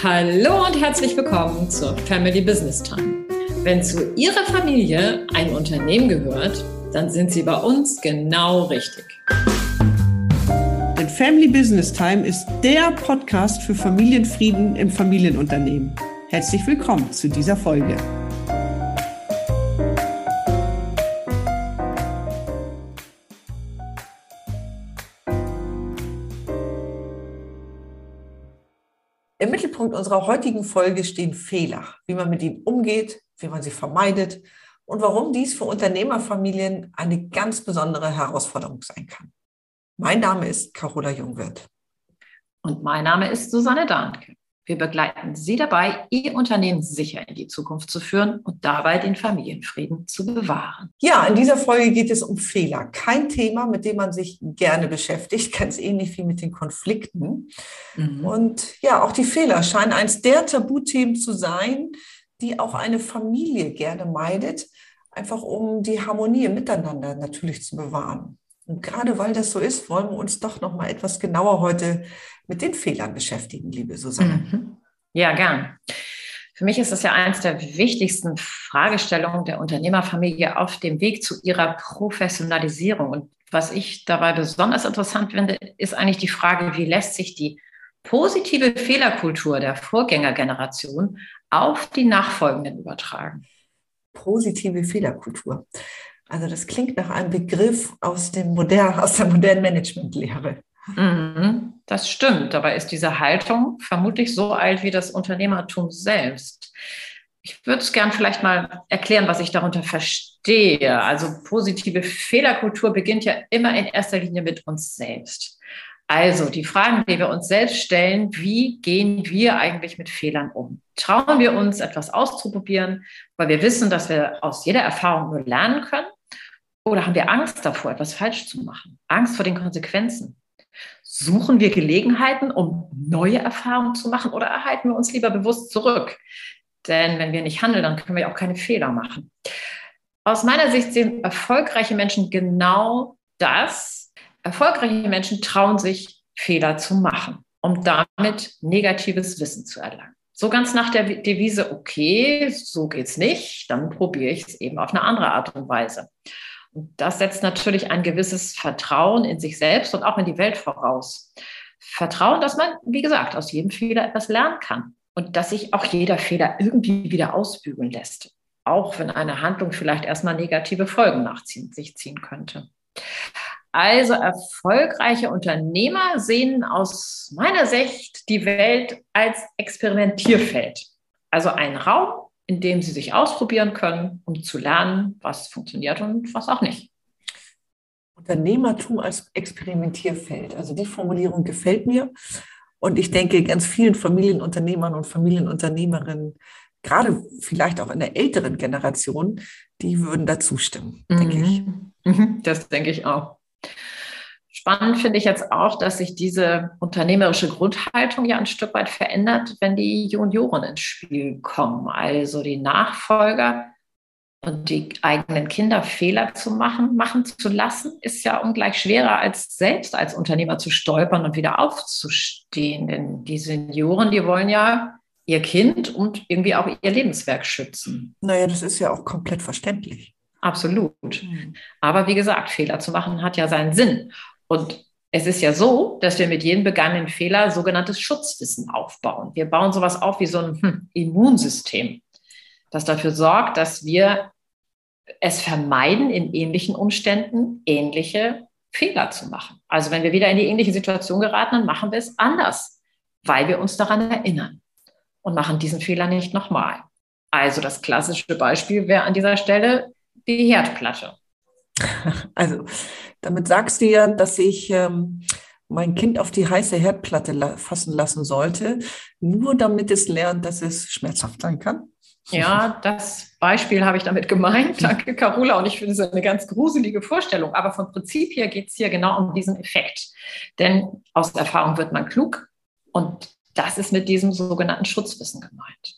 Hallo und herzlich willkommen zur Family Business Time. Wenn zu Ihrer Familie ein Unternehmen gehört, dann sind Sie bei uns genau richtig. Denn Family Business Time ist der Podcast für Familienfrieden im Familienunternehmen. Herzlich willkommen zu dieser Folge. Im Mittelpunkt unserer heutigen Folge stehen Fehler, wie man mit ihnen umgeht, wie man sie vermeidet und warum dies für Unternehmerfamilien eine ganz besondere Herausforderung sein kann. Mein Name ist Carola Jungwirth. Und mein Name ist Susanne Dahnke. Wir begleiten Sie dabei, Ihr Unternehmen sicher in die Zukunft zu führen und dabei den Familienfrieden zu bewahren. Ja, in dieser Folge geht es um Fehler. Kein Thema, mit dem man sich gerne beschäftigt, ganz ähnlich wie mit den Konflikten. Und ja, auch die Fehler scheinen eins der Tabuthemen zu sein, die auch eine Familie gerne meidet, einfach um die Harmonie im Miteinander natürlich zu bewahren. Und gerade weil das so ist, wollen wir uns doch noch mal etwas genauer heute mit den Fehlern beschäftigen, liebe Susanne. Ja, gern. Für mich ist das ja eines der wichtigsten Fragestellungen der Unternehmerfamilie auf dem Weg zu ihrer Professionalisierung. Und was ich dabei besonders interessant finde, ist eigentlich die Frage, wie lässt sich die positive Fehlerkultur der Vorgängergeneration auf die Nachfolgenden übertragen? Positive Fehlerkultur. Also das klingt nach einem Begriff aus der modernen Managementlehre. Das stimmt. Dabei ist diese Haltung vermutlich so alt wie das Unternehmertum selbst. Ich würde es gern vielleicht mal erklären, was ich darunter verstehe. Also positive Fehlerkultur beginnt ja immer in erster Linie mit uns selbst. Also die Fragen, die wir uns selbst stellen: Wie gehen wir eigentlich mit Fehlern um? Trauen wir uns, etwas auszuprobieren, weil wir wissen, dass wir aus jeder Erfahrung nur lernen können? Oder haben wir Angst davor, etwas falsch zu machen? Angst vor den Konsequenzen? Suchen wir Gelegenheiten, um neue Erfahrungen zu machen, oder erhalten wir uns lieber bewusst zurück? Denn wenn wir nicht handeln, dann können wir auch keine Fehler machen. Aus meiner Sicht sehen erfolgreiche Menschen genau das. Erfolgreiche Menschen trauen sich, Fehler zu machen, um damit negatives Wissen zu erlangen. So ganz nach der Devise: okay, so geht's nicht, dann probiere ich es eben auf eine andere Art und Weise. Und das setzt natürlich ein gewisses Vertrauen in sich selbst und auch in die Welt voraus. Vertrauen, dass man, wie gesagt, aus jedem Fehler etwas lernen kann und dass sich auch jeder Fehler irgendwie wieder ausbügeln lässt, auch wenn eine Handlung vielleicht erstmal negative Folgen nach sich ziehen könnte. Also erfolgreiche Unternehmer sehen aus meiner Sicht die Welt als Experimentierfeld. Also ein Raum, in dem sie sich ausprobieren können, um zu lernen, was funktioniert und was auch nicht. Unternehmertum als Experimentierfeld. Also die Formulierung gefällt mir. Und ich denke, ganz vielen Familienunternehmern und Familienunternehmerinnen, gerade vielleicht auch in der älteren Generation, die würden da zustimmen, denke ich. Das denke ich auch. Spannend finde ich jetzt auch, dass sich diese unternehmerische Grundhaltung ja ein Stück weit verändert, wenn die Junioren ins Spiel kommen. Also die Nachfolger und die eigenen Kinder Fehler machen zu lassen, ist ja ungleich schwerer, als selbst als Unternehmer zu stolpern und wieder aufzustehen. Denn die Senioren, die wollen ja ihr Kind und irgendwie auch ihr Lebenswerk schützen. Naja, das ist ja auch komplett verständlich. Absolut. Aber wie gesagt, Fehler zu machen hat ja seinen Sinn. Und es ist ja so, dass wir mit jedem begangenen Fehler sogenanntes Schutzwissen aufbauen. Wir bauen sowas auf wie so ein Immunsystem, das dafür sorgt, dass wir es vermeiden, in ähnlichen Umständen ähnliche Fehler zu machen. Also wenn wir wieder in die ähnliche Situation geraten, dann machen wir es anders, weil wir uns daran erinnern und machen diesen Fehler nicht nochmal. Also das klassische Beispiel wäre an dieser Stelle die Herdplatte. Also damit sagst du ja, dass ich mein Kind auf die heiße Herdplatte fassen lassen sollte, nur damit es lernt, dass es schmerzhaft sein kann. Ja, das Beispiel habe ich damit gemeint. Danke, Carola. Und ich finde es eine ganz gruselige Vorstellung. Aber vom Prinzip her geht es hier genau um diesen Effekt. Denn aus Erfahrung wird man klug. Und das ist mit diesem sogenannten Schutzwissen gemeint.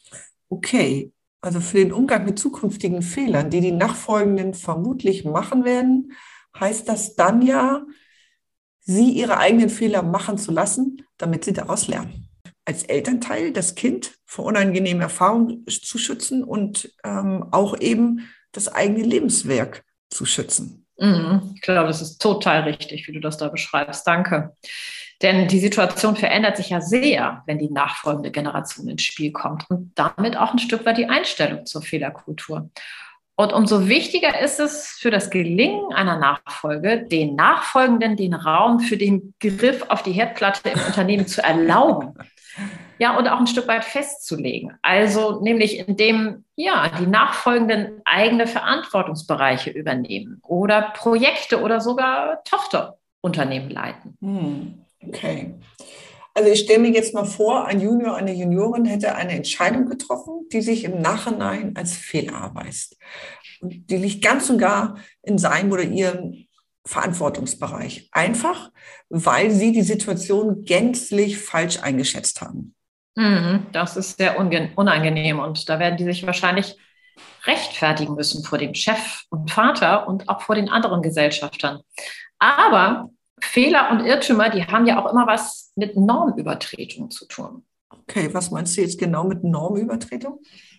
Okay, also für den Umgang mit zukünftigen Fehlern, die die Nachfolgenden vermutlich machen werden, heißt das dann ja, sie ihre eigenen Fehler machen zu lassen, damit sie daraus lernen. als Elternteil das Kind vor unangenehmen Erfahrungen zu schützen und auch eben das eigene Lebenswerk zu schützen. Ich glaube, das ist total richtig, wie du das da beschreibst. Danke. Denn die Situation verändert sich ja sehr, wenn die nachfolgende Generation ins Spiel kommt und damit auch ein Stück weit die Einstellung zur Fehlerkultur. Und umso wichtiger ist es für das Gelingen einer Nachfolge, den Nachfolgenden den Raum für den Griff auf die Herdplatte im Unternehmen zu erlauben. Ja, und auch ein Stück weit festzulegen. Also nämlich indem die Nachfolgenden eigene Verantwortungsbereiche übernehmen oder Projekte oder sogar Tochterunternehmen leiten. Okay. Also ich stelle mir jetzt mal vor, ein Junior, eine Juniorin hätte eine Entscheidung getroffen, die sich im Nachhinein als Fehler erweist. Und die liegt ganz und gar in seinem oder ihrem Verantwortungsbereich. Einfach, weil sie die Situation gänzlich falsch eingeschätzt haben. Das ist sehr unangenehm und da werden die sich wahrscheinlich rechtfertigen müssen vor dem Chef und Vater und auch vor den anderen Gesellschaftern. Aber Fehler und Irrtümer, die haben ja auch immer was mit Normübertretung zu tun. Okay, was meinst du jetzt genau mit Normübertretung?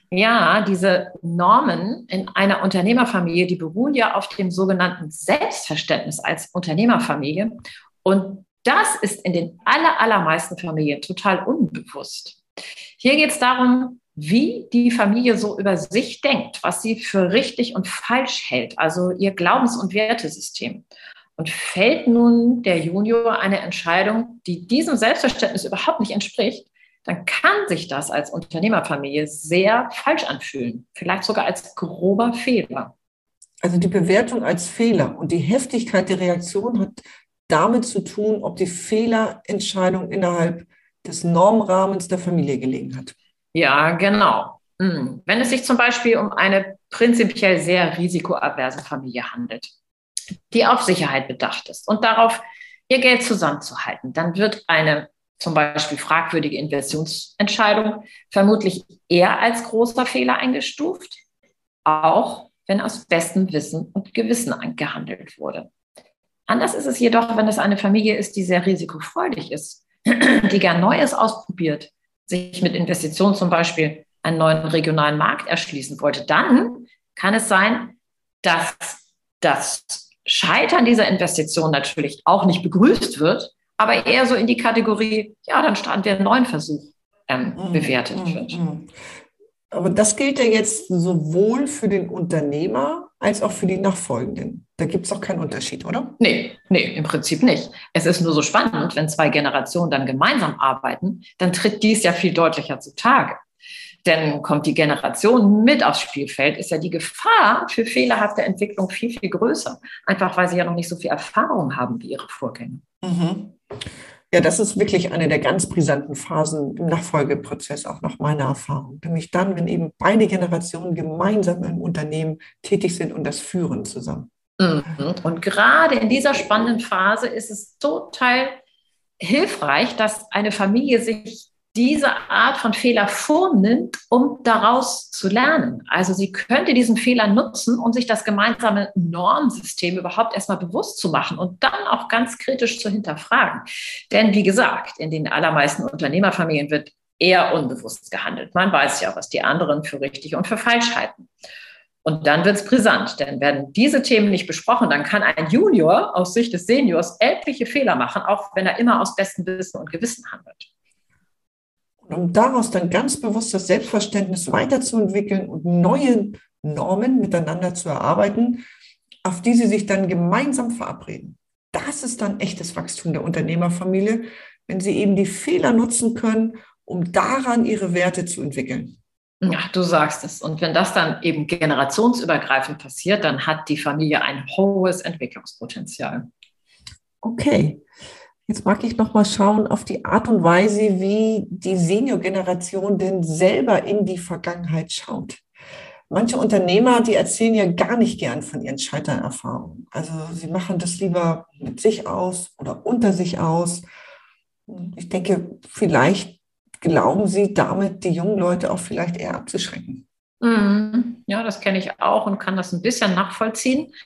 Ja, diese Normen in einer Unternehmerfamilie, die beruhen ja auf dem sogenannten Selbstverständnis als Unternehmerfamilie. Und das ist in den allermeisten Familien total unbewusst. Hier geht es darum, wie die Familie so über sich denkt, was sie für richtig und falsch hält, also ihr Glaubens- und Wertesystem. Und fällt nun der Junior eine Entscheidung, die diesem Selbstverständnis überhaupt nicht entspricht, dann kann sich das als Unternehmerfamilie sehr falsch anfühlen, vielleicht sogar als grober Fehler. Also die Bewertung als Fehler und die Heftigkeit der Reaktion hat damit zu tun, ob die Fehlerentscheidung innerhalb des Normrahmens der Familie gelegen hat. Ja, genau. Wenn es sich zum Beispiel um eine prinzipiell sehr risikoaverse Familie handelt, die auf Sicherheit bedacht ist und darauf, ihr Geld zusammenzuhalten, dann wird eine zum Beispiel fragwürdige Investitionsentscheidung vermutlich eher als großer Fehler eingestuft, auch wenn aus bestem Wissen und Gewissen gehandelt wurde. Anders ist es jedoch, wenn es eine Familie ist, die sehr risikofreudig ist, die gern Neues ausprobiert, sich mit Investitionen zum Beispiel einen neuen regionalen Markt erschließen wollte. Dann kann es sein, dass das Scheitern dieser Investition natürlich auch nicht begrüßt wird, aber eher so in die Kategorie, dann starten wir einen neuen Versuch, bewertet wird. Aber das gilt ja jetzt sowohl für den Unternehmer als auch für die Nachfolgenden. Da gibt es auch keinen Unterschied, oder? Nee, im Prinzip nicht. Es ist nur so spannend, wenn zwei Generationen dann gemeinsam arbeiten, dann tritt dies ja viel deutlicher zutage. Denn kommt die Generation mit aufs Spielfeld, ist ja die Gefahr für fehlerhafte Entwicklung viel größer. Einfach weil sie ja noch nicht so viel Erfahrung haben wie ihre Vorgänger. Ja, das ist wirklich eine der ganz brisanten Phasen im Nachfolgeprozess, auch nach meiner Erfahrung. Nämlich dann, wenn eben beide Generationen gemeinsam im Unternehmen tätig sind und das führen zusammen. Und gerade in dieser spannenden Phase ist es total hilfreich, dass eine Familie sich diese Art von Fehler vornimmt, um daraus zu lernen. Also sie könnte diesen Fehler nutzen, um sich das gemeinsame Normsystem überhaupt erstmal bewusst zu machen und dann auch ganz kritisch zu hinterfragen. Denn wie gesagt, in den allermeisten Unternehmerfamilien wird eher unbewusst gehandelt. Man weiß ja, was die anderen für richtig und für falsch halten. Und dann wird es brisant, denn werden diese Themen nicht besprochen, dann kann ein Junior aus Sicht des Seniors etliche Fehler machen, auch wenn er immer aus bestem Wissen und Gewissen handelt. Um daraus dann ganz bewusst das Selbstverständnis weiterzuentwickeln und neue Normen miteinander zu erarbeiten, auf die sie sich dann gemeinsam verabreden. Das ist dann echtes Wachstum der Unternehmerfamilie, wenn sie eben die Fehler nutzen können, um daran ihre Werte zu entwickeln. Ja, du sagst es. Und wenn das dann eben generationsübergreifend passiert, dann hat die Familie ein hohes Entwicklungspotenzial. Okay. Jetzt mag ich noch mal schauen auf die Art und Weise, wie die Senior-Generation denn selber in die Vergangenheit schaut. Manche Unternehmer, die erzählen ja gar nicht gern von ihren Scheitererfahrungen. Also sie machen das lieber mit sich aus oder unter sich aus. Ich denke, vielleicht glauben sie damit, die jungen Leute auch vielleicht eher abzuschrecken. Ja, das kenne ich auch und kann das ein bisschen nachvollziehen.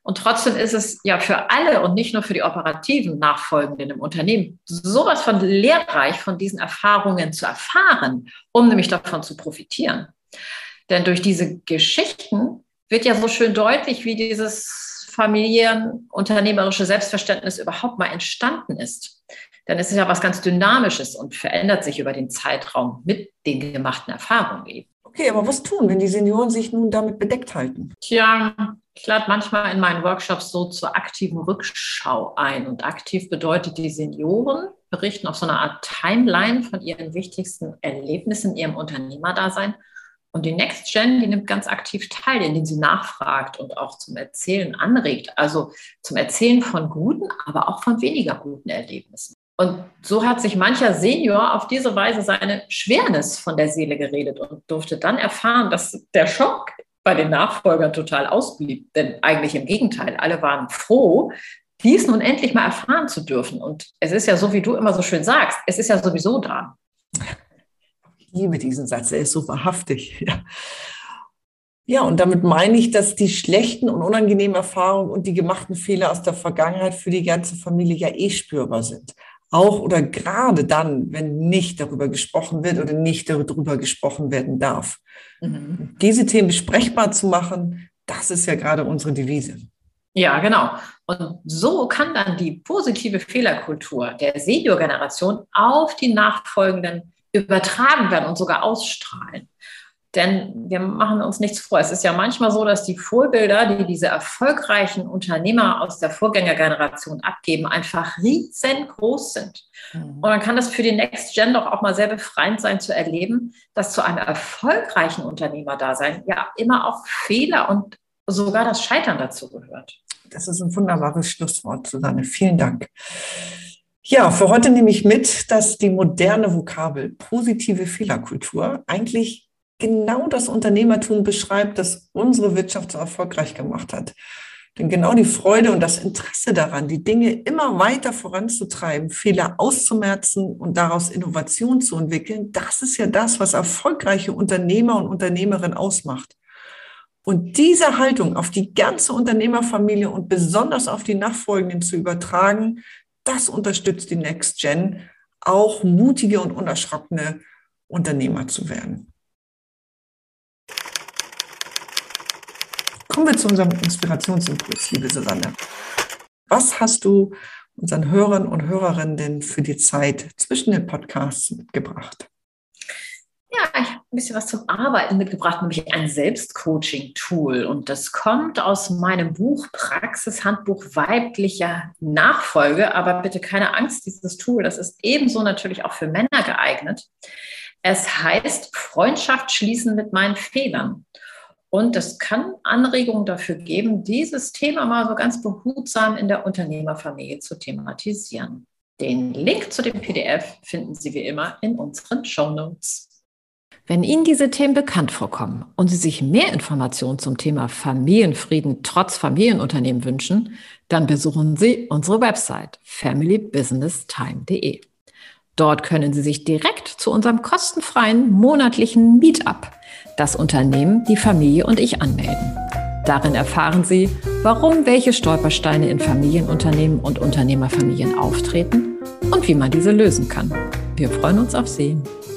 Und trotzdem ist es ja für alle und nicht nur für die operativen Nachfolgenden im Unternehmen sowas von lehrreich, von diesen Erfahrungen zu erfahren, um nämlich davon zu profitieren. Denn durch diese Geschichten wird ja so schön deutlich, wie dieses familienunternehmerische Selbstverständnis überhaupt mal entstanden ist. Denn es ist ja was ganz Dynamisches und verändert sich über den Zeitraum mit den gemachten Erfahrungen eben. Okay, aber was tun, wenn die Senioren sich nun damit bedeckt halten? Tja, ich lade manchmal in meinen Workshops so zur aktiven Rückschau ein. Und aktiv bedeutet, die Senioren berichten auf so einer Art Timeline von ihren wichtigsten Erlebnissen in ihrem Unternehmerdasein. Und die Next Gen, die nimmt ganz aktiv teil, indem sie nachfragt und auch zum Erzählen anregt. Also zum Erzählen von guten, aber auch von weniger guten Erlebnissen. Und so hat sich mancher Senior auf diese Weise seine Schwernis von der Seele geredet und durfte dann erfahren, dass der Schock bei den Nachfolgern total ausblieb. Denn eigentlich im Gegenteil, alle waren froh, dies nun endlich mal erfahren zu dürfen. Und es ist ja so, wie du immer so schön sagst, es ist ja sowieso da. Ich liebe diesen Satz, er ist so wahrhaftig. Ja, und damit meine ich, dass die schlechten und unangenehmen Erfahrungen und die gemachten Fehler aus der Vergangenheit für die ganze Familie ja spürbar sind. Auch oder gerade dann, wenn nicht darüber gesprochen wird oder nicht darüber gesprochen werden darf. Mhm. Diese Themen besprechbar zu machen, das ist ja gerade unsere Devise. Ja, genau. Und so kann dann die positive Fehlerkultur der Senior-Generation auf die Nachfolgenden übertragen werden und sogar ausstrahlen. Denn wir machen uns nichts vor. Es ist ja manchmal so, dass die Vorbilder, die diese erfolgreichen Unternehmer aus der Vorgängergeneration abgeben, einfach riesengroß sind. Und dann kann das für die Next Gen doch auch mal sehr befreiend sein zu erleben, dass zu einem erfolgreichen Unternehmerdasein ja immer auch Fehler und sogar das Scheitern dazu gehört. Das ist ein wunderbares Schlusswort, Susanne. Vielen Dank. Ja, für heute nehme ich mit, dass die moderne Vokabel positive Fehlerkultur eigentlich genau das Unternehmertum beschreibt, das unsere Wirtschaft so erfolgreich gemacht hat. Denn genau die Freude und das Interesse daran, die Dinge immer weiter voranzutreiben, Fehler auszumerzen und daraus Innovation zu entwickeln, das ist ja das, was erfolgreiche Unternehmer und Unternehmerinnen ausmacht. Und diese Haltung auf die ganze Unternehmerfamilie und besonders auf die Nachfolgenden zu übertragen, das unterstützt die Next Gen, auch mutige und unerschrockene Unternehmer zu werden. Kommen wir zu unserem Inspirationsimpuls, liebe Susanne. Was hast du unseren Hörern und Hörerinnen denn für die Zeit zwischen den Podcasts mitgebracht? Ja, ich habe ein bisschen was zum Arbeiten mitgebracht, nämlich ein Selbstcoaching-Tool. Und das kommt aus meinem Buch Praxishandbuch weiblicher Nachfolge. Aber bitte keine Angst, dieses Tool, das ist ebenso natürlich auch für Männer geeignet. Es heißt Freundschaft schließen mit meinen Fehlern. Und es kann Anregungen dafür geben, dieses Thema mal so ganz behutsam in der Unternehmerfamilie zu thematisieren. Den Link zu dem PDF finden Sie wie immer in unseren Shownotes. Wenn Ihnen diese Themen bekannt vorkommen und Sie sich mehr Informationen zum Thema Familienfrieden trotz Familienunternehmen wünschen, dann besuchen Sie unsere Website familybusinesstime.de. Dort können Sie sich direkt zu unserem kostenfreien monatlichen Meetup, das Unternehmen, die Familie und ich, anmelden. Darin erfahren Sie, warum welche Stolpersteine in Familienunternehmen und Unternehmerfamilien auftreten und wie man diese lösen kann. Wir freuen uns auf Sie.